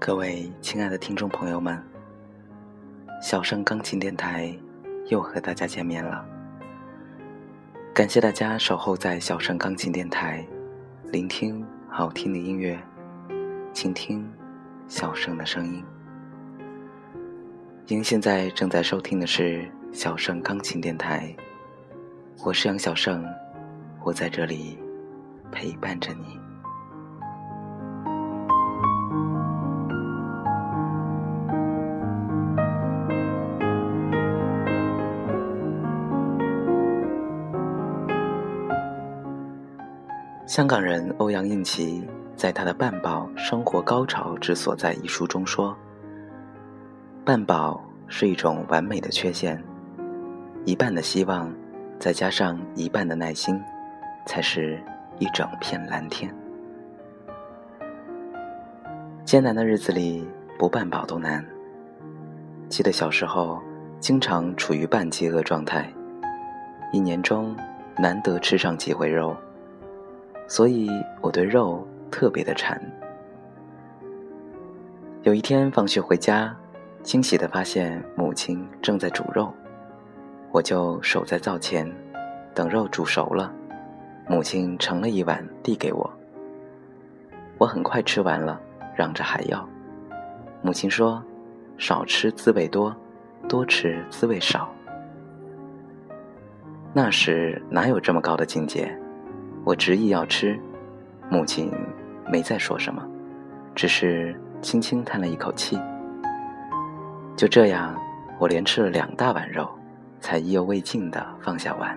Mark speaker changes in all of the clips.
Speaker 1: 各位亲爱的听众朋友们，小盛钢琴电台又和大家见面了。感谢大家守候在小盛钢琴电台，聆听好听的音乐，倾听小盛的声音。您现在正在收听的是小盛钢琴电台，我是杨小盛，我在这里陪伴着你。香港人欧阳应琦在他的《半饱生活高潮之所在》一书中说，半饱是一种完美的缺陷，一半的希望再加上一半的耐心，才是一整片蓝天。艰难的日子里不半饱都难。记得小时候经常处于半饥饿状态，一年中难得吃上几回肉，所以我对肉特别的馋。有一天放学回家，惊喜地发现母亲正在煮肉，我就守在灶前，等肉煮熟了，母亲盛了一碗递给我。我很快吃完了，嚷着还要。母亲说，少吃滋味多，多吃滋味少。那时哪有这么高的境界，我执意要吃，母亲没再说什么，只是轻轻叹了一口气。就这样，我连吃了2大碗肉，才意犹未尽地放下碗。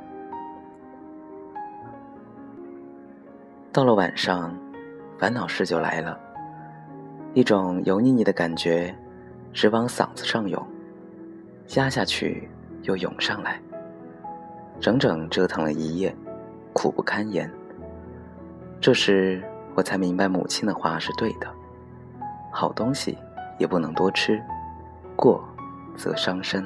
Speaker 1: 到了晚上，烦恼事就来了，一种油腻腻的感觉直往嗓子上涌，压下去又涌上来，整整折腾了一夜，苦不堪言。这时我才明白母亲的话是对的，好东西也不能多吃，过则伤身。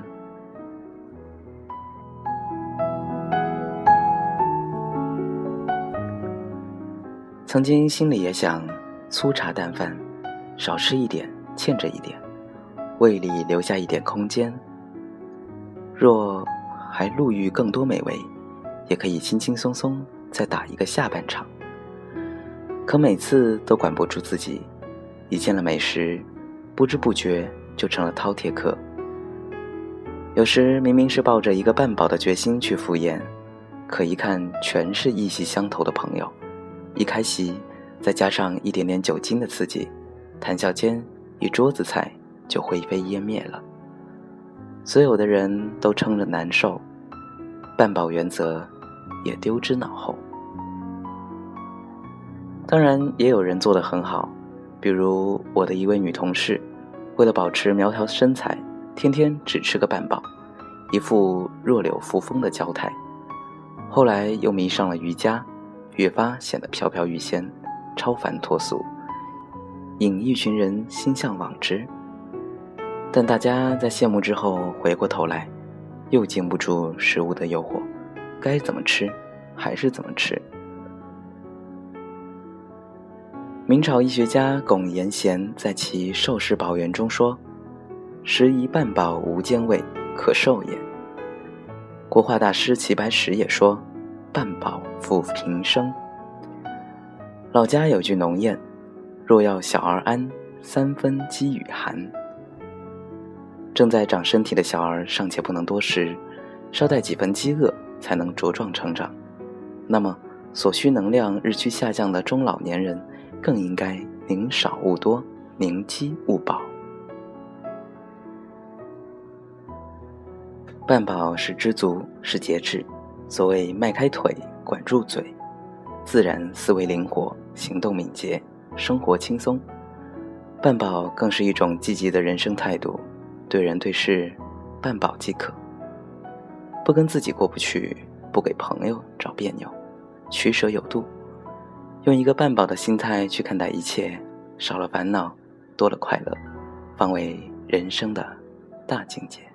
Speaker 1: 曾经心里也想粗茶淡饭，少吃一点，欠着一点，胃里留下一点空间。若还路遇更多美味，也可以轻轻松松再打一个下半场。可每次都管不住自己，一见了美食，不知不觉就成了饕餮客。有时明明是抱着一个半饱的决心去赴宴，可一看全是意气相投的朋友，一开席再加上一点点酒精的刺激，谈笑间一桌子菜就灰飞烟灭了。所有的人都撑着难受，半饱原则也丢之脑后。当然也有人做得很好，比如我的一位女同事，为了保持苗条身材，天天只吃个半饱，一副弱柳扶风的娇态。后来又迷上了瑜伽，越发显得飘飘欲仙，超凡脱俗，引一群人心向往之。但大家在羡慕之后回过头来，又经不住食物的诱惑，该怎么吃还是怎么吃。明朝医学家龚延贤在其《寿食宝源》中说，食宜半饱无兼味，可寿也。国画大师齐白石也说，半饱复平生。老家有句农谚，若要小儿安，3分饥与寒。正在长身体的小儿尚且不能多食，稍带几分饥饿才能茁壮成长。那么所需能量日趋下降的中老年人，更应该宁少勿多，宁饥勿饱。半饱是知足，是节制。所谓迈开腿，管住嘴，自然思维灵活，行动敏捷，生活轻松。半饱更是一种积极的人生态度，对人对事半饱即可。不跟自己过不去，不给朋友找别扭，取舍有度，用一个半饱的心态去看待一切，少了烦恼，多了快乐，方为人生的大境界。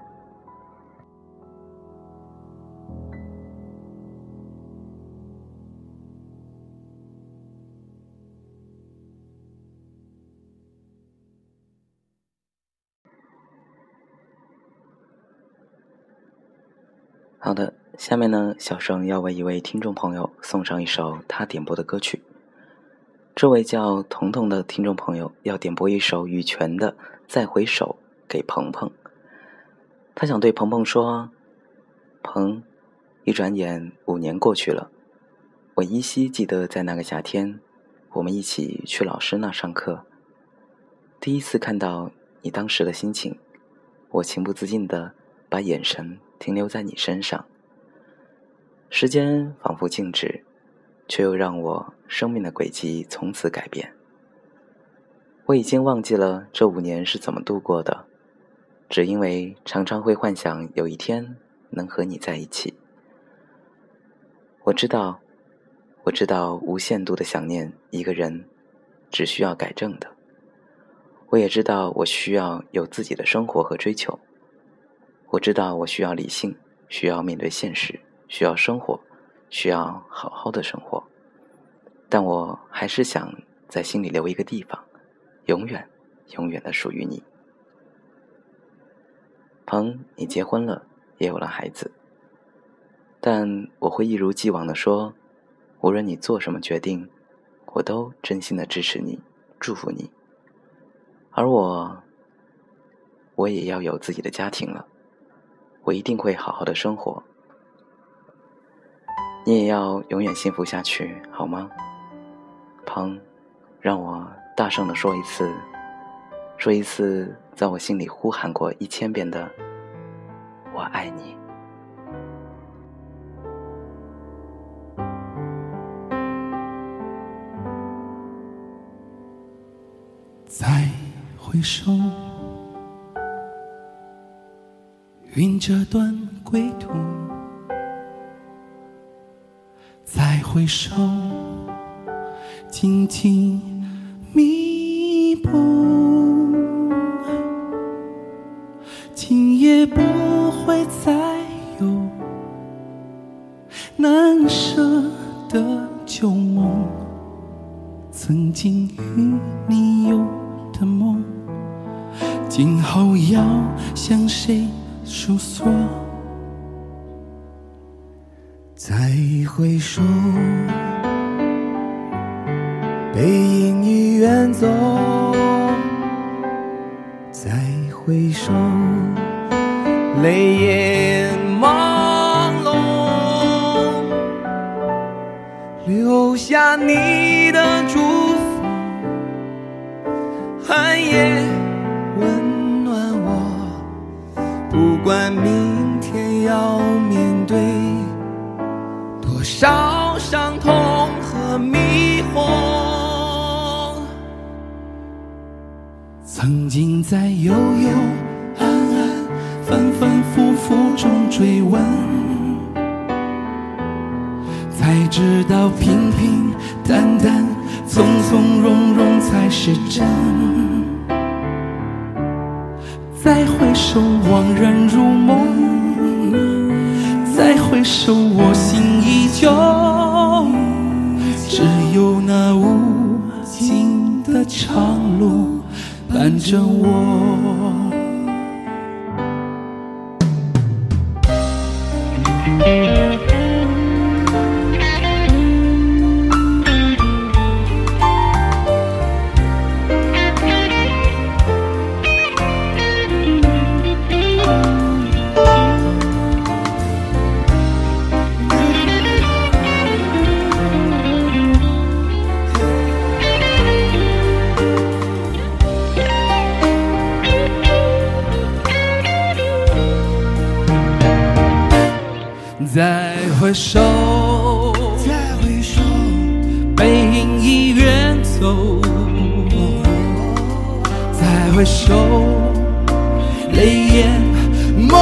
Speaker 1: 好的，下面呢，小盛要为一位听众朋友送上一首他点播的歌曲。这位叫彤彤的听众朋友要点播一首羽泉的《再回首》给鹏鹏。他想对鹏鹏说，鹏，一转眼5年过去了，我依稀记得在那个夏天，我们一起去老师那上课。第一次看到你当时的心情，我情不自禁地把眼神停留在你身上。时间仿佛静止，却又让我生命的轨迹从此改变。我已经忘记了这5年是怎么度过的，只因为常常会幻想有一天能和你在一起。我知道无限度的想念一个人只需要改正的。我也知道我需要有自己的生活和追求。我知道我需要理性，需要面对现实，需要生活，需要好好的生活。但我还是想在心里留一个地方，永远永远的属于你。鹏，你结婚了，也有了孩子，但我会一如既往地说，无论你做什么决定，我都真心的支持你，祝福你。而我也要有自己的家庭了，我一定会好好的生活。你也要永远幸福下去，好吗？鹏，让我大声地说一次在我心里呼喊过1000遍的我爱你。
Speaker 2: 再回首，云这段归途，再回首，荆棘密布，今夜不会再有难舍的旧梦，曾经与你有的梦，今后要向谁诉说？再回首，背影已远走，再回首，泪眼朦胧，留下你的祝福，寒夜温暖我，不管明天要面对多少伤痛和迷惑，曾经在幽幽暗暗反反复复中追问，才知道平平淡淡从从容容才是真。再回首惘然如梦，再回首我心依旧，只有那无尽的长路伴着我。再回首，背影已远走，再回首，泪眼朦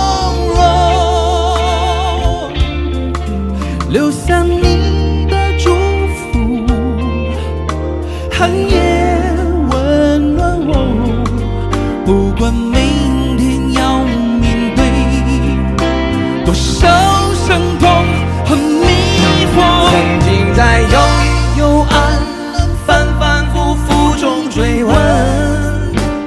Speaker 2: 胧，留下你的祝福，寒夜温暖我，不管明天要面对多少伤痛和迷惑，曾经在幽幽暗暗反反复复中追问，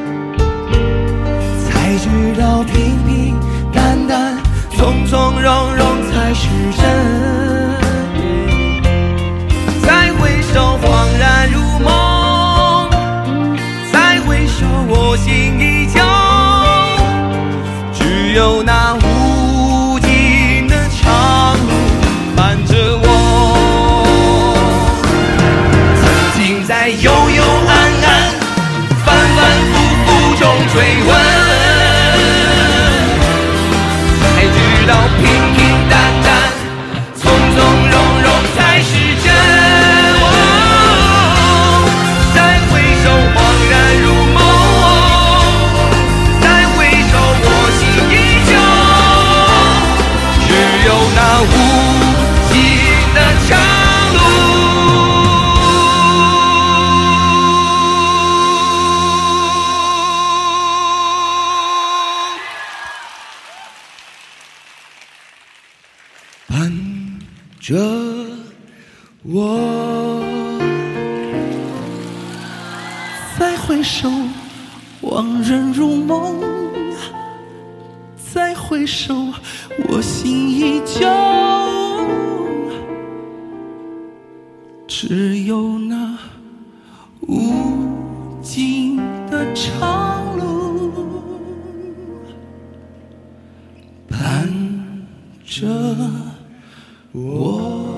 Speaker 2: 才知道平平淡淡从从容容有那无尽的长路伴着我。曾经在幽幽暗暗反反复复中追问，才知道平平淡淡从从容容才是真。再回首恍然如梦，再回首我心依旧，只有那无尽的长路伴着我。再回首，往人如梦；再回首，我心依旧。只有那无尽的长路伴着我。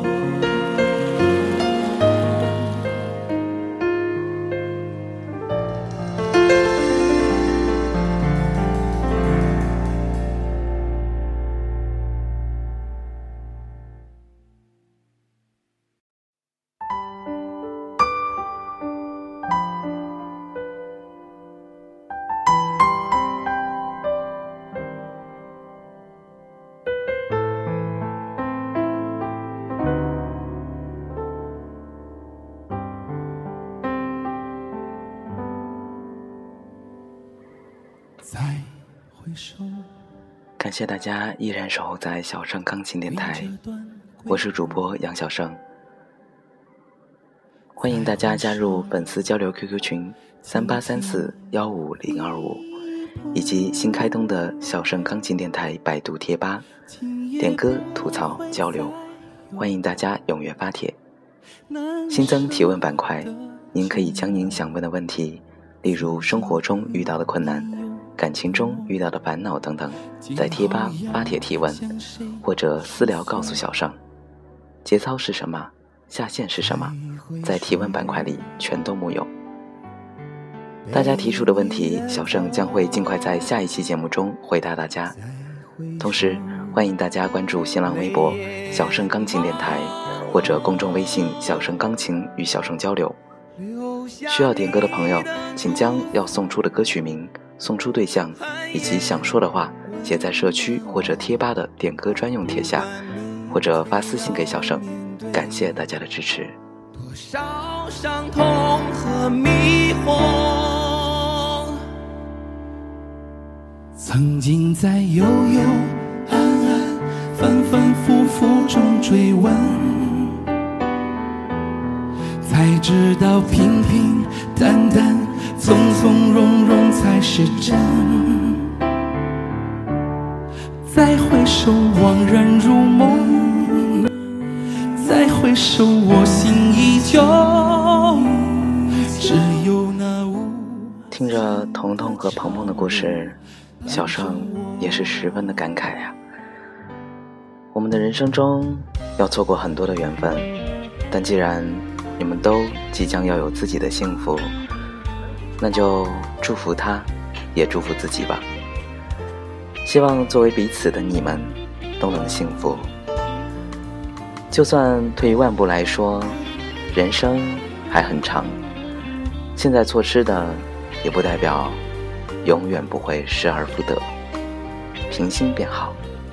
Speaker 2: 再回首，
Speaker 1: 感谢大家依然守候在小盛钢琴电台，我是主播杨小盛，欢迎大家加入粉丝交流 QQ 群3834-15025，以及新开通的小盛钢琴电台百度贴吧，点歌、吐槽、交流，欢迎大家踊跃发帖。新增提问板块，您可以将您想问的问题，例如生活中遇到的困难、感情中遇到的烦恼等等，在贴吧发帖提问，或者私聊告诉小盛。节操是什么？下限是什么？在提问板块里全都木有。大家提出的问题，小盛将会尽快在下一期节目中回答大家。同时，欢迎大家关注新浪微博小盛钢琴电台，或者公众微信小盛钢琴与小盛交流。需要点歌的朋友，请将要送出的歌曲名、送出对象以及想说的话写在社区或者贴吧的点歌专用帖下，或者发私信给小盛。感谢大家的支持。
Speaker 2: 多少伤痛和迷惑，曾经在幽幽暗暗反反复复中追问，才知道平平淡淡从从容容才是真。再回首惘然如梦，再回首我心依旧，只有那
Speaker 1: 听着彤彤和鹏鹏的故事，小盛也是十分的感慨呀。我们的人生中要错过很多的缘分，但既然你们都即将要有自己的幸福，那就祝福他，也祝福自己吧。希望作为彼此的你们都能幸福。就算退一万步来说，人生还很长，现在错失的也不代表永远不会失而复得，平心便好。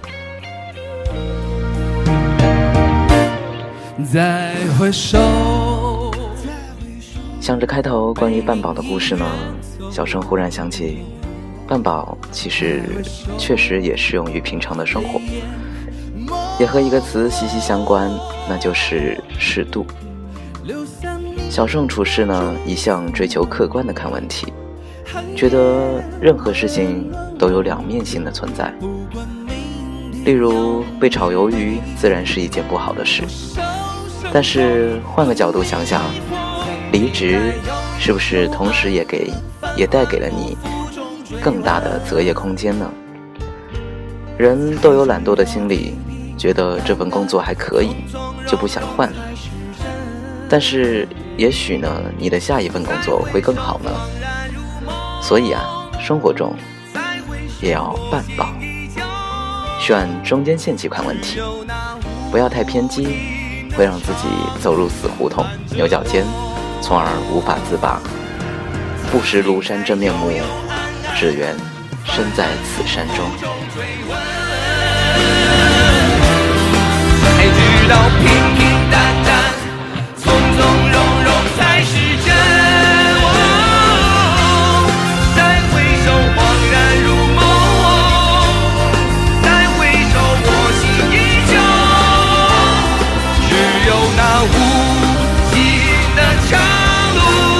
Speaker 2: 再回首，
Speaker 1: 想着开头关于半宝的故事呢，小盛忽然想起，半宝其实确实也适用于平常的生活，也和一个词息息相关，那就是适度。小盛处事呢，一向追求客观的看问题，觉得任何事情都有两面性的存在。例如被炒鱿鱼自然是一件不好的事，但是换个角度想想，离职是不是同时也带给了你更大的择业空间呢？ 人都有懒惰的心理，觉得这份工作还可以，就不想换。但是也许呢，你的下一份工作会更好呢。所以生活中也要办到，选中间线几款问题，不要太偏激，会让自己走入死胡同、牛角尖，从而无法自拔。不识庐山真面目，只缘身在此山中。
Speaker 2: 才知道平平淡淡，从从容容才是真。再回首，恍然如梦；再回首，我心依旧。只有那无尽的长路。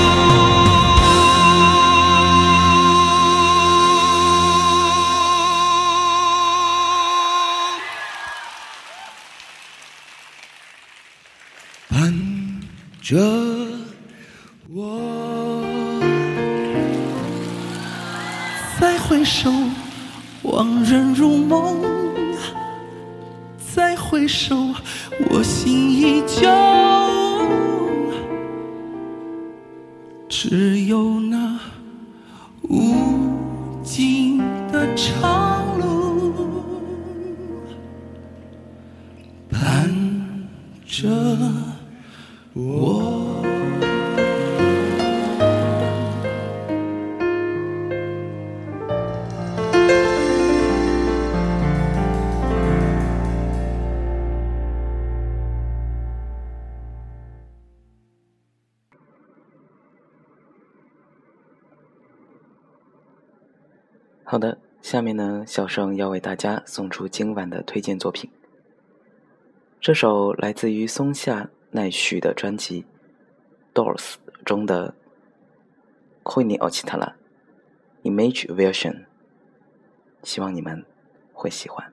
Speaker 2: 伴着我，再回首，惘然如梦；再回首，我心依旧。只有那无尽的长路，伴着我。
Speaker 1: 好的，下面呢，小盛要为大家送出今晚的推荐作品。这首来自于松下奈绪的专辑《Doors》中的《恋に落ちたら》Image Version， 希望你们会喜欢。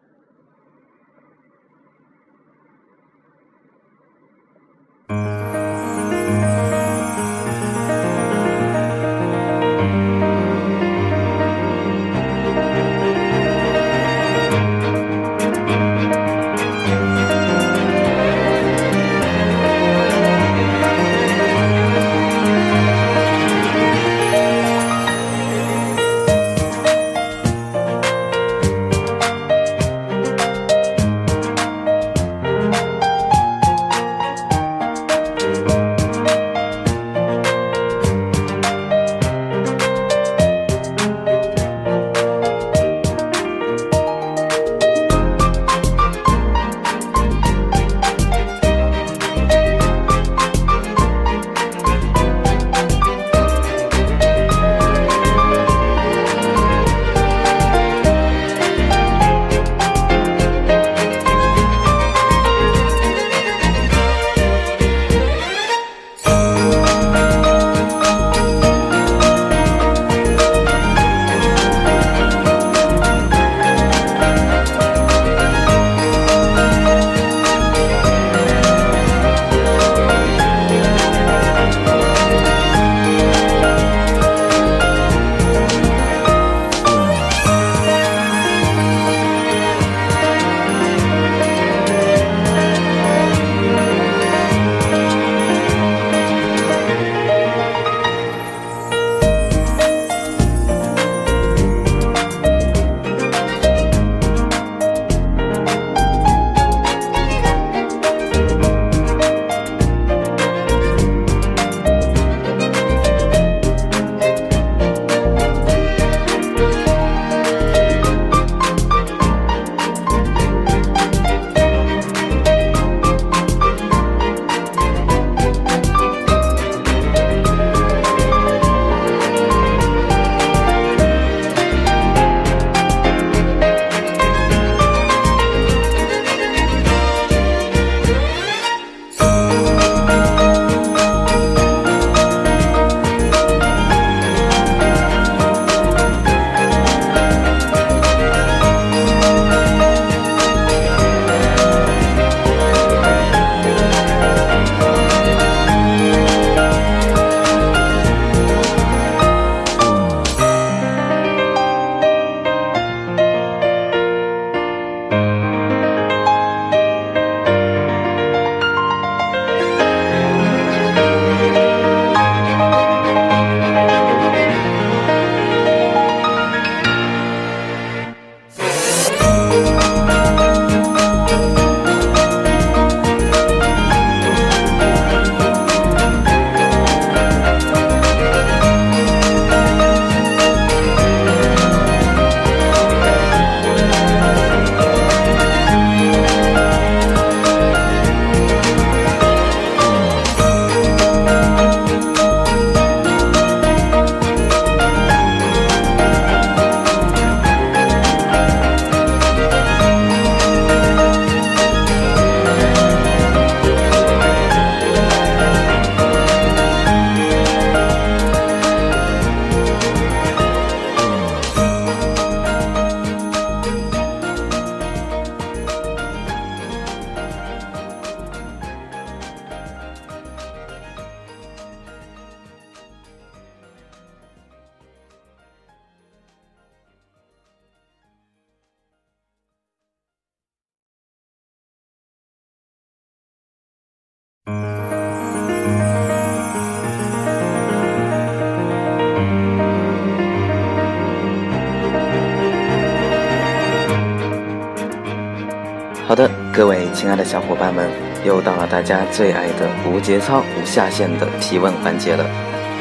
Speaker 1: 好的，各位亲爱的小伙伴们，又到了大家最爱的无节操无下限的提问环节了。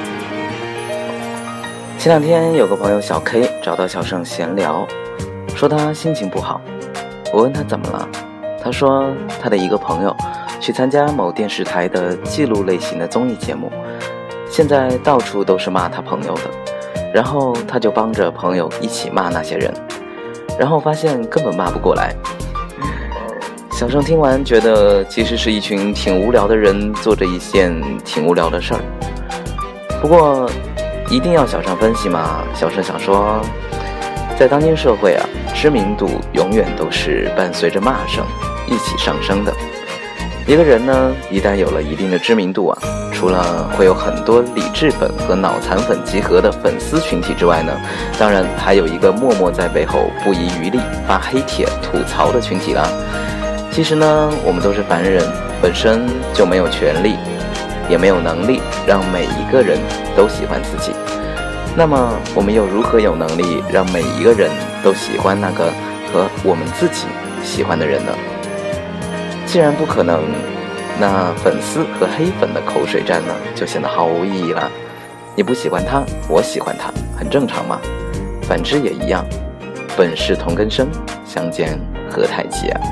Speaker 1: 前两天有个朋友小 K 找到小盛闲聊，说他心情不好。我问他怎么了，他说他的一个朋友去参加某电视台的记录类型的综艺节目，现在到处都是骂他朋友的，然后他就帮着朋友一起骂那些人，然后发现根本骂不过来。小盛听完觉得其实是一群挺无聊的人做着一件挺无聊的事儿，不过一定要小盛分析吗？小盛想说，在当今社会啊，知名度永远都是伴随着骂声一起上升的。一个人呢，一旦有了一定的知名度啊，除了会有很多理智粉和脑残粉集合的粉丝群体之外呢，当然还有一个默默在背后不遗余力发黑帖吐槽的群体啦。其实呢，我们都是凡人，本身就没有权利也没有能力让每一个人都喜欢自己，那么我们又如何有能力让每一个人都喜欢那个和我们自己喜欢的人呢？既然不可能，那粉丝和黑粉的口水战呢，就显得毫无意义了。你不喜欢他，我喜欢他，很正常嘛。反之也一样，本是同根生，相煎何太急啊。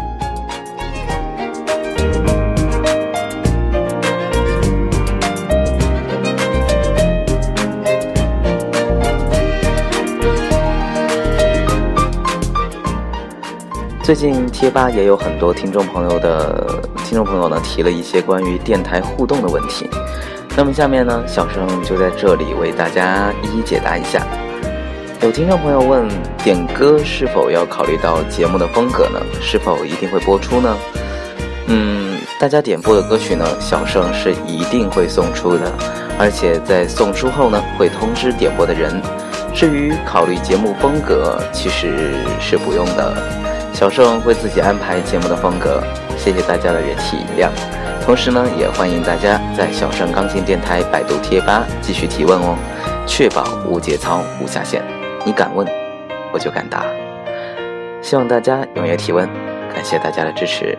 Speaker 1: 最近贴吧也有很多听众朋友呢提了一些关于电台互动的问题，那么下面呢，小盛就在这里为大家一一解答一下。有听众朋友问，点歌是否要考虑到节目的风格呢？是否一定会播出呢？大家点播的歌曲呢，小盛是一定会送出的，而且在送出后呢，会通知点播的人。至于考虑节目风格，其实是不用的。小盛会自己安排节目的风格，谢谢大家的体谅。同时呢，也欢迎大家在小盛钢琴电台百度贴吧继续提问哦，确保无节操无下限。你敢问，我就敢答。希望大家踊跃提问，感谢大家的支持。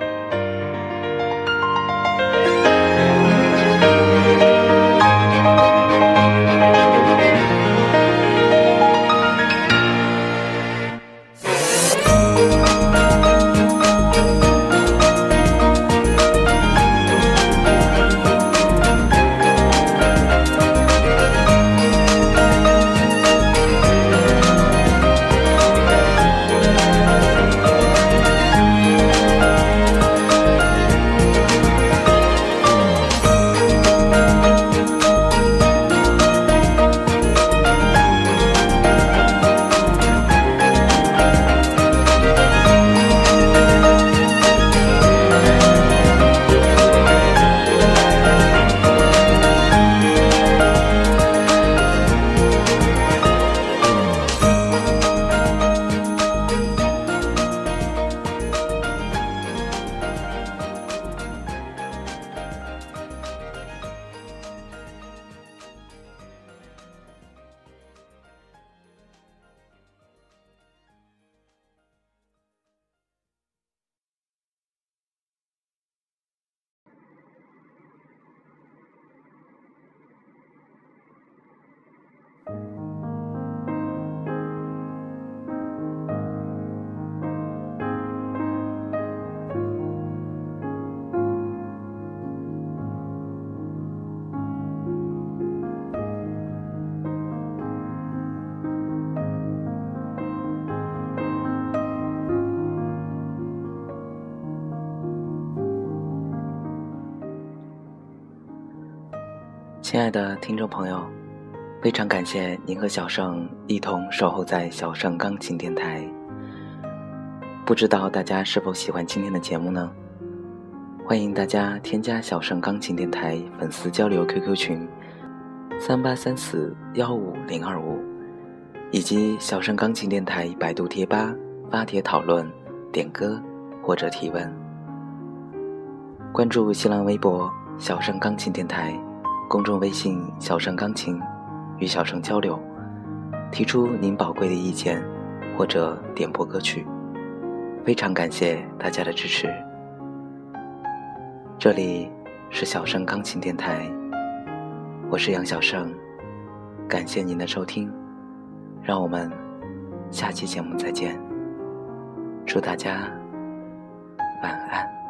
Speaker 1: 亲爱的听众朋友，非常感谢您和小盛一同守候在小盛钢琴电台。不知道大家是否喜欢今天的节目呢？欢迎大家添加小盛钢琴电台粉丝交流 QQ 群3834-15025，以及小盛钢琴电台百度贴吧发帖讨论、点歌或者提问。关注新浪微博小盛钢琴电台，公众微信小盛钢琴，与小盛交流，提出您宝贵的意见或者点播歌曲。 非常感谢大家的支持。这里是小盛钢琴电台，我是杨小盛，感谢您的收听，让我们下期节目再见，祝大家晚安。